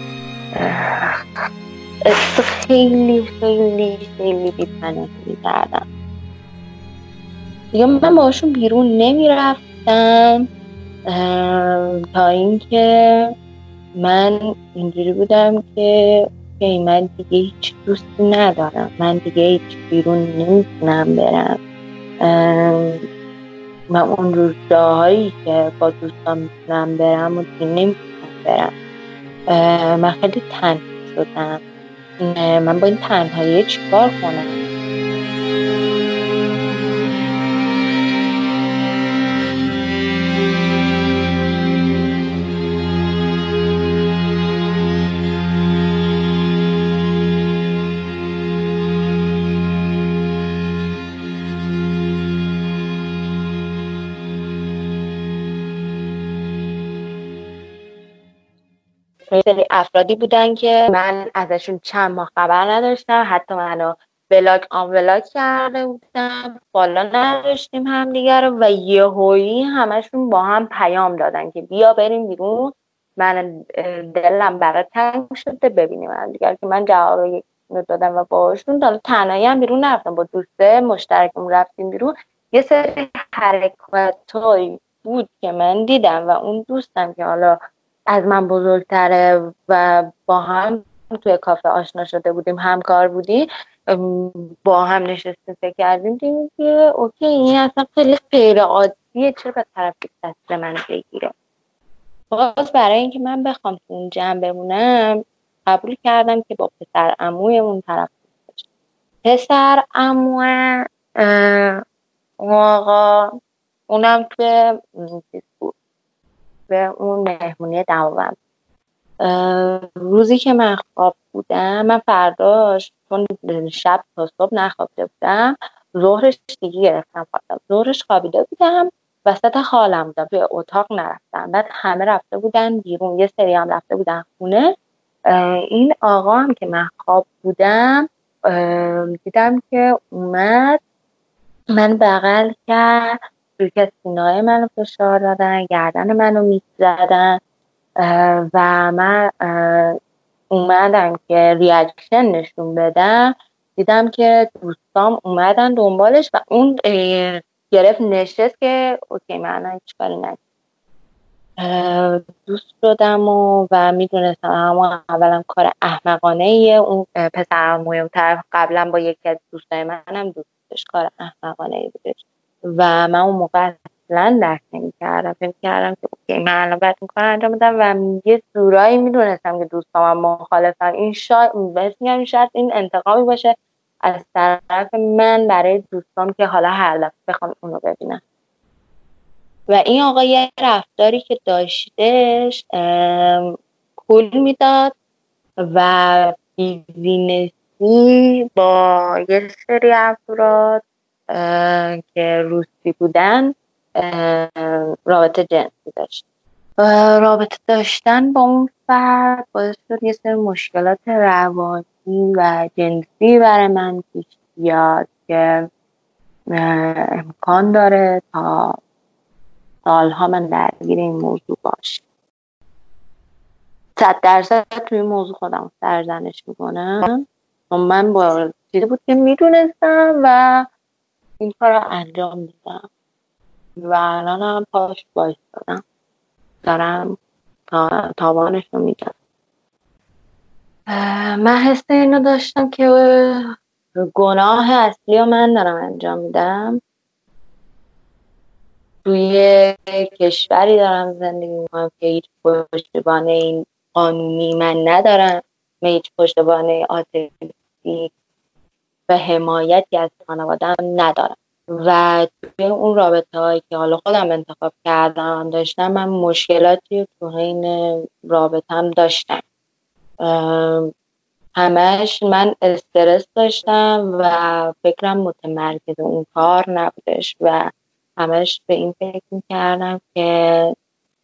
خیلی خیلی خیلی بی‌پناهی کردم. دیگه من باشون بیرون نمیرفتم تا اینکه من اینجوری بودم که من دیگه هیچ دوستی ندارم، من دیگه هیچ بیرون نمیتونم برم. من اون روزهایی که با دوستان میتونم برم و دیگه نمیتونم برم. من خیلی تنها شدم. من با این تنهایی چیکار کنم؟ سری افرادی بودن که من ازشون چند ماه خبر نداشتم، حتی منو بلاک آن بلاک کرده بودم، فالو نداشتیم همدیگه رو و یهویی همشون با هم پیام دادن که بیا بریم بیرون، من دلم برات تنگ شده ببینیم همدیگه. که من جواب دادم و باهاشون حالا تنهایی هم بیرون نرفتم، با دوسته مشترکم رفتیم بیرون. یه سری حرکاتایی بود که من دیدم و اون دوستم که حالا از من بزرگتره و با هم توی کافه آشنا شده بودیم، همکار بودیم، با هم نشستیم فکر کردیم دیدیم که اوکی این اصلا خیلی غیر عادیه، چرا به طرف دست من بگیره. باز برای اینکه من بخوام تو اون جمع بمونم قبول کردم که با پسر عموی اون طرف باشم. پسر عموی اون آقا اونم توی چیز بود، به اون مهمونی دعوام. روزی که من خواب بودم، من فرداش چون شب تا صبح نخوابیده بودم، ظهرش دیگه گرفتم خوابیدم. ظهرش خوابیده بودم، وسط حالم بودم، توی اتاق نرفتم. بعد همه رفته بودن بیرون، یه سری هم رفته بودن خونه. این آقا هم که من خواب بودم دیدم که اومد من بغل کرد، روی که سینه‌های منو فشار دادن، گردن منو میزدن و من اومدم که ریاکشن نشون بدم. دیدم که دوستام اومدن دنبالش و اون گرفت نشست که اوکی من هیچ کاری نکنم. دوست شدم و میدونستم اما اولا کار احمقانه ایه. اون پسر مویم طرف قبلا با یکی از دوستای منم دوستش، کار احمقانه ای بودش و من اون موقع اصلا درک نمی‌کردم. فکر کردم که اوکی من الان باید این کار انجام بدم و یه جورایی میدونستم که دوستام مخالفن. این شاید این انتقامی باشه از طرف من برای دوستام که حالا هر دفعه بخوام اونو ببینم. و این آقا یه رفتاری که داشتش پول میداد و بیزینسی با یه سری افراد که روسی بودن رابطه جنسی داشت. رابطه داشتن با اون فرد باعث شد یه سری مشکلات روانی و جنسی برای من پیش بیاد که امکان داره تا سالها من درگیر این موضوع باشه. 100% توی این موضوع خودم سرزنش میکنم. من با چیزی بود که میدونستم و این کار رو انجام میدم و الان هم پاش بایستادم، دارم تاوانش رو میدم. من حس اینو داشتم که گناه اصلی رو من دارم انجام میدم. توی کشوری دارم زندگی میکنم که هیچ پشتوانه این قانونی من ندارم، من هیچ پشتوانه عاطفی و حمایتی از خانواده‌ام ندارم و توی اون رابطه هایی که حالا خودم انتخاب کردم داشتم، من مشکلاتی تو این رابطه‌ام داشتم. همش من استرس داشتم و فکرم متمرکز اون کار نبودش و همش به این فکر میکردم که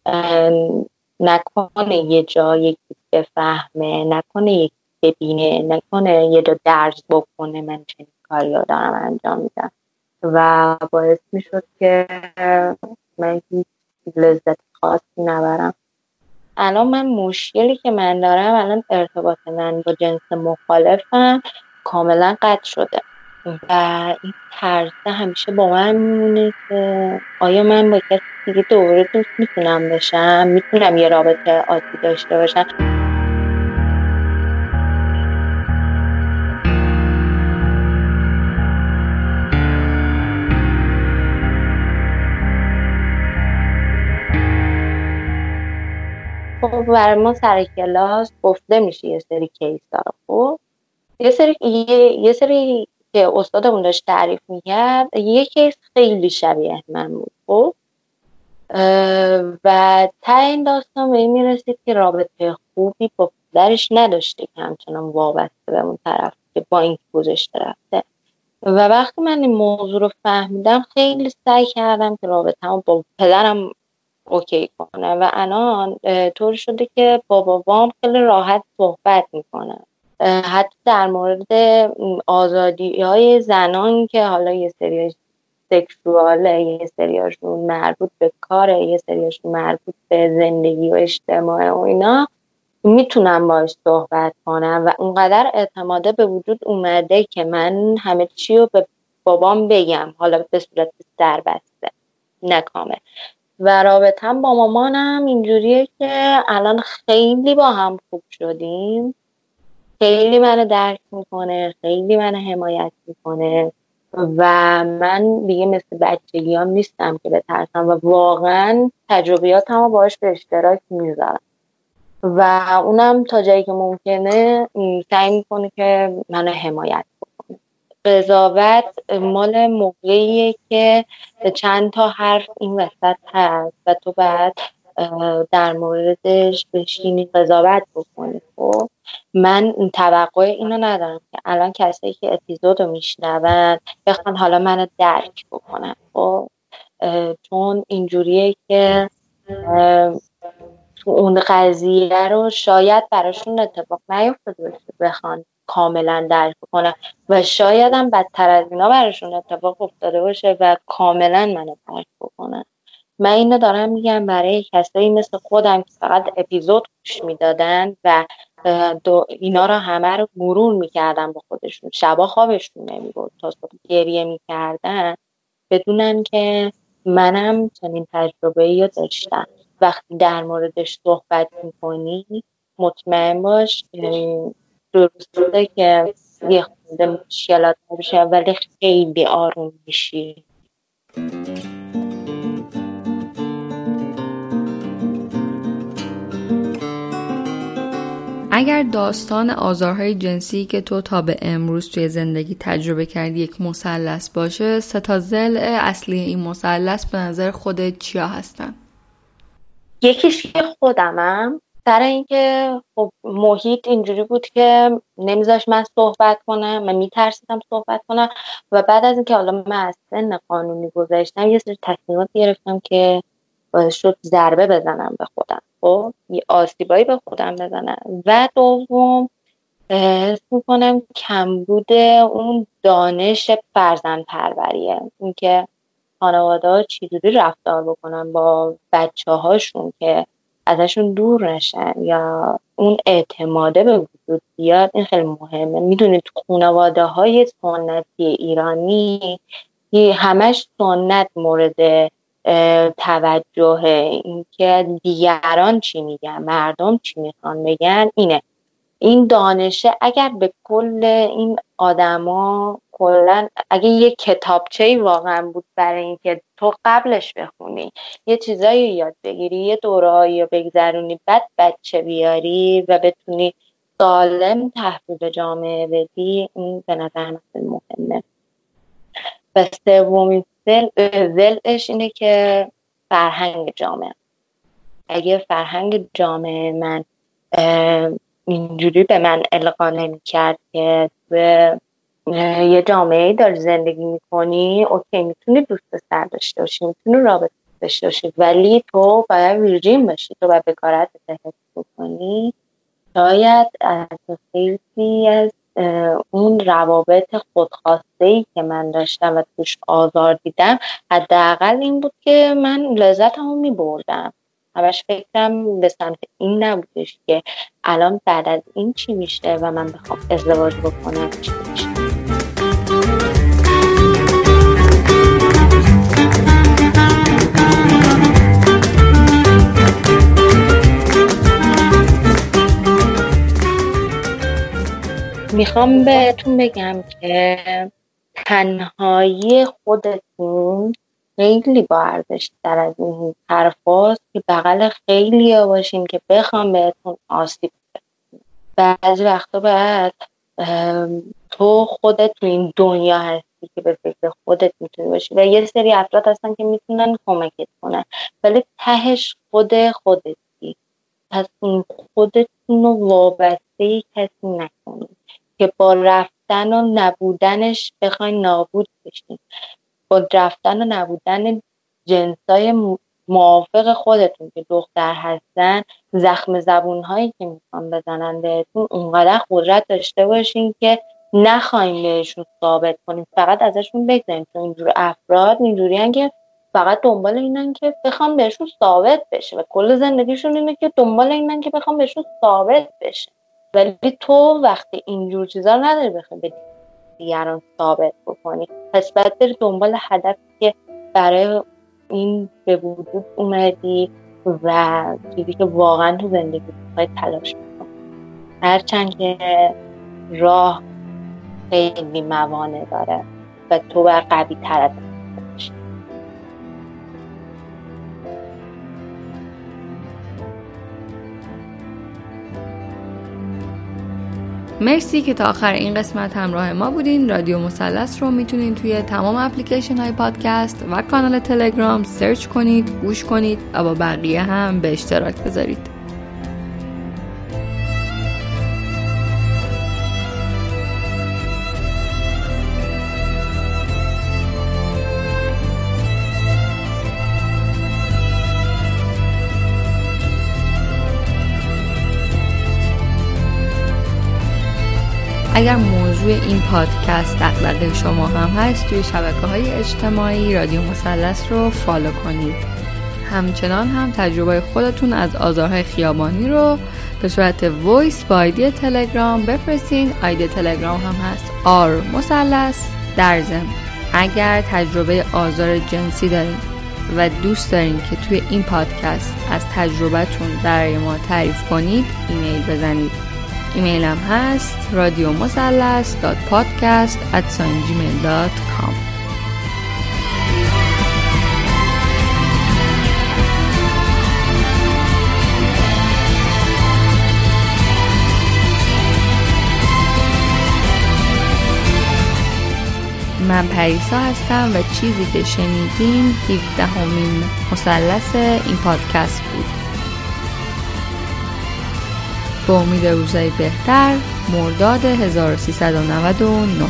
نکنه یه جا یکی بفهمه، نکنه یکی ببینه، نکنه یه جا درس بکنه من چنین کاری رو دارم انجام میدم و باعث میشد که من هیچ لذت خاصی نبرم. الان من مشکلی که من دارم، الان ارتباط من با جنس مخالفم کاملا قطع شده و این ترس همیشه با من میمونه که آیا من با کسی دیگه دوباره دوست میتونم بشم، میتونم یه رابطه عاطفی داشته باشم. خب برای ما سر کلاس گفته میشه یه سری کیس داره. خب یه سری که استادمون داشت تعریف میکرد، یه کیس خیلی شبیه من بود. خب و تا این داستان به این میرسید که رابطه خوبی با پدرش نداشته که همچنان وابسته به اون طرف که با این گذشته رفته. و وقتی من این موضوع رو فهمیدم خیلی سعی کردم که رابطه‌مو با پدرم اوکی کنه و الان طور شده که با بابام خیلی راحت صحبت میکنه، حتی در مورد آزادی‌های زنان که حالا یه سریاش سکسواله، یه سریاشون مربوط به کاره، یه سریاشون مربوط به زندگی و اجتماع و اینا، میتونم باهاش صحبت کنم و اونقدر اعتماده به وجود اومده که من همه چی رو به بابام بگم، حالا به صورت سربسته نه کامل. و رابطم با مامانم اینجوریه که الان خیلی با هم خوب شدیم، خیلی منو درک میکنه، خیلی منو حمایت میکنه و من دیگه مثل بچگیام نیستم که بترسم و واقعا تجربیاتمو باهاش به اشتراک میذارم و اونم تا جایی که ممکنه سعی میکنه که منو حمایت بکنه. قضاوت مال موقعیه که چند تا حرف این وسط هست و تو باید در موردش بشینی قضاوت بکنی. خب من توقع اینو ندارم که الان کسایی که اپیزود رو میشنون بخوان حالا منو درک بکنن. خب چون اینجوریه که تو اون قضیه رو شاید براشون اتفاق نیفتاده باشه بخوان کاملا درک بکنن و شاید هم بدتر از اینا براشون اتفاق افتاده باشه و کاملا منو درک بکنن. من اینو دارم میگم برای کسایی مثل خودم که فقط اپیزود گوش میدادن و اینا رو همه رو مرور میکردن با خودشون، شبا خوابشون نمیبرد، تا صبح گریه میکردن، بدونن که منم چنین تجربه‌ای رو داشتم. وقتی در موردش صحبت میکنی مطمئن باش درسته که یه خورده مشکلات بشه ولی خیلی آروم میشی. اگر داستان آزارهای جنسی که تو تا به امروز توی زندگی تجربه کردی یک مثلث باشه، 3 ضلع اصلی این مثلث به نظر خودت چیا هستن؟ یکیش که خودمم، سر اینکه خب محیط اینجوری بود که نمیذاش من صحبت کنم، من میترسیدم صحبت کنم و بعد از اینکه حالا من از سن قانونی گذاشتم یه سری تصمیمات گرفتم که باعث شد ضربه بزنم به خودم، خب یه آسیبایی به خودم بزنم. و دوم حس میکنم کمبود اون دانش فرزند پروریه، اینکه خانواده ها چجوری رفتار بکنن با بچه هاشون که ازشون دور نشن یا اون اعتماده به وجود بیاد. این خیلی مهمه. میدونید خانواده های سنتی ایرانی همش سنت مورد توجه، اینکه دیگران چی میگن، مردم چی میخوان بگن، این دانشه اگر به کل این آدما کلا اگه یه کتابچه‌ای واقعا بود برای اینکه تو قبلش بخونی، یه چیزایی یاد بگیری، یه دوره‌ای رو بگذرونی، بعد بچه بیاری و بتونی سالم تحویل جامعه بدی، این به نظر من مهمه. و سومین ضلعش اینه که فرهنگ جامعه. اگه فرهنگ جامعه من اینجوری به من القا نمی‌کرد که به یه جامعه‌ای داری زندگی می‌کنی، اوکی میتونی دوست پسر داشته باشی، میتونی رابطه داشته باشی، ولی تو باید ویرجین باشی، تو باید بکارت حفظ بکنی. شاید از خیلی از اون روابط خودخواسته‌ای که من داشتم و توش آزار دیدم، حداقل این بود که من لذتمو می‌بردم. همش فکرم به سمت این نبودش که الان بعد از این چی میشه و من بخوام ازدواج بکنم چی میشه. میخوام بهتون بگم که تنهایی خودتون خیلی با ارزش‌تر از این حرفاست که بغل خیلی ها باشین که بخوام بهتون آسیب بزنن. بعضی وقتا باید تو خودت تو این دنیا هستی که به فکر خودت میتونی باشی و یه سری افراد هستن که میتونن کمکت کنن، ولی تهش خودتی. پس اون خودتون رو وابسته کسی نکنید که با رفتن و نبودنش بخواین نابود بشین. با رفتن و نبودن جنسای موافق خودتون که دختر هستن، زخم زبونهایی که میخوان بزنن بهتون اونقدر قدرت داشته باشین که نخواین بهشون ثابت کنین، فقط ازشون بگذارین. چون اینجور افراد اینجوری هن که فقط دنبال اینن که بخوام بهشون ثابت بشه و کل زندگیشون اینه که دنبال اینن که بخوام بهشون ثابت بشه. ولی تو وقتی اینجور چیزا رو نداری بخوای دیگران ثابت بکنی، پس باید بری دنبال هدفی که برای این به وجود اومدی و چیزی که واقعا تو زندگی باید تلاش بکنی. هرچند که راه خیلی موانع داره و تو باید قوی تر از باشی. مرسی که تا آخر این قسمت همراه ما بودین. رادیو مثلث رو میتونین توی تمام اپلیکیشن های پادکست و کانال تلگرام سرچ کنید، گوش کنید و با بقیه هم به اشتراک بذارید. اگر موضوع این پادکست دغدغه شما هم هست، توی شبکه‌های اجتماعی رادیو مثلث رو فالو کنید. همچنان هم تجربه خودتون از آزارهای خیابانی رو به صورت وایس با آیدی تلگرام بفرستین. آیدی تلگرام هم هست r_مثلث. در ضمن اگر تجربه آزار جنسی دارین و دوست دارین که توی این پادکست از تجربتون برای ما تعریف کنید، ایمیل بزنید. ایمیلم هست radiomusallas.podcast@gmail.com. من پریسا هستم و چیزی که شنیدین 17مین مثلث این پادکست بود. با امید روزای بهتر. مرداد 1399.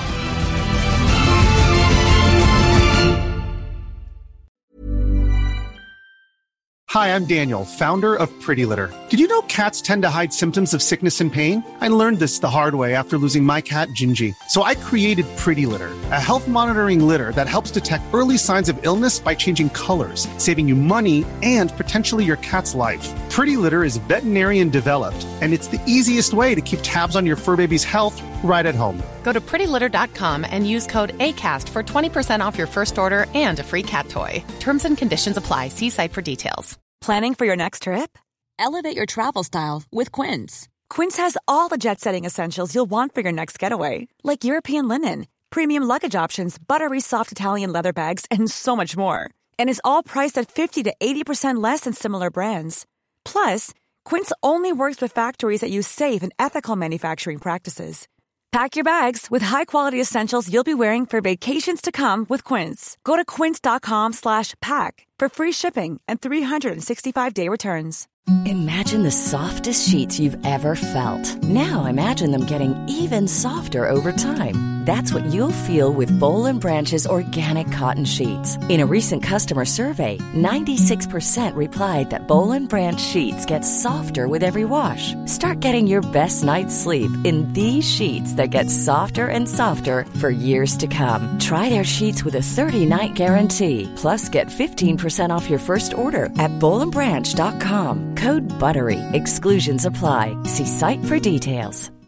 Hi, I'm Daniel, founder of Pretty Litter. Did you know cats tend to hide symptoms of sickness and pain? I learned this the hard way after losing my cat, Gingy. So I created Pretty Litter, a health monitoring litter that helps detect early signs of illness by changing colors, saving you money and potentially your cat's life. Pretty Litter is veterinarian developed, and it's the easiest way to keep tabs on your fur baby's health right at home. Go to prettylitter.com and use code ACAST for 20% off your first order and a free cat toy. Terms and conditions apply. See site for details. Planning for your next trip? Elevate your travel style with Quince. Quince has all the jet-setting essentials you'll want for your next getaway, like European linen, premium luggage options, buttery soft Italian leather bags, and so much more. And is all priced at 50 to 80% less than similar brands. Plus, Quince only works with factories that use safe and ethical manufacturing practices. Pack your bags with high-quality essentials you'll be wearing for vacations to come with Quince. Go to quince.com/pack for free shipping and 365-day returns. Imagine the softest sheets you've ever felt. Now imagine them getting even softer over time. That's what you'll feel with Boll & Branch's organic cotton sheets. In a recent customer survey, 96% replied that Boll & Branch sheets get softer with every wash. Start getting your best night's sleep in these sheets that get softer and softer for years to come. Try their sheets with a 30-night guarantee. Plus, get 15% off your first order at bollandbranch.com. Code BUTTERY. Exclusions apply. See site for details.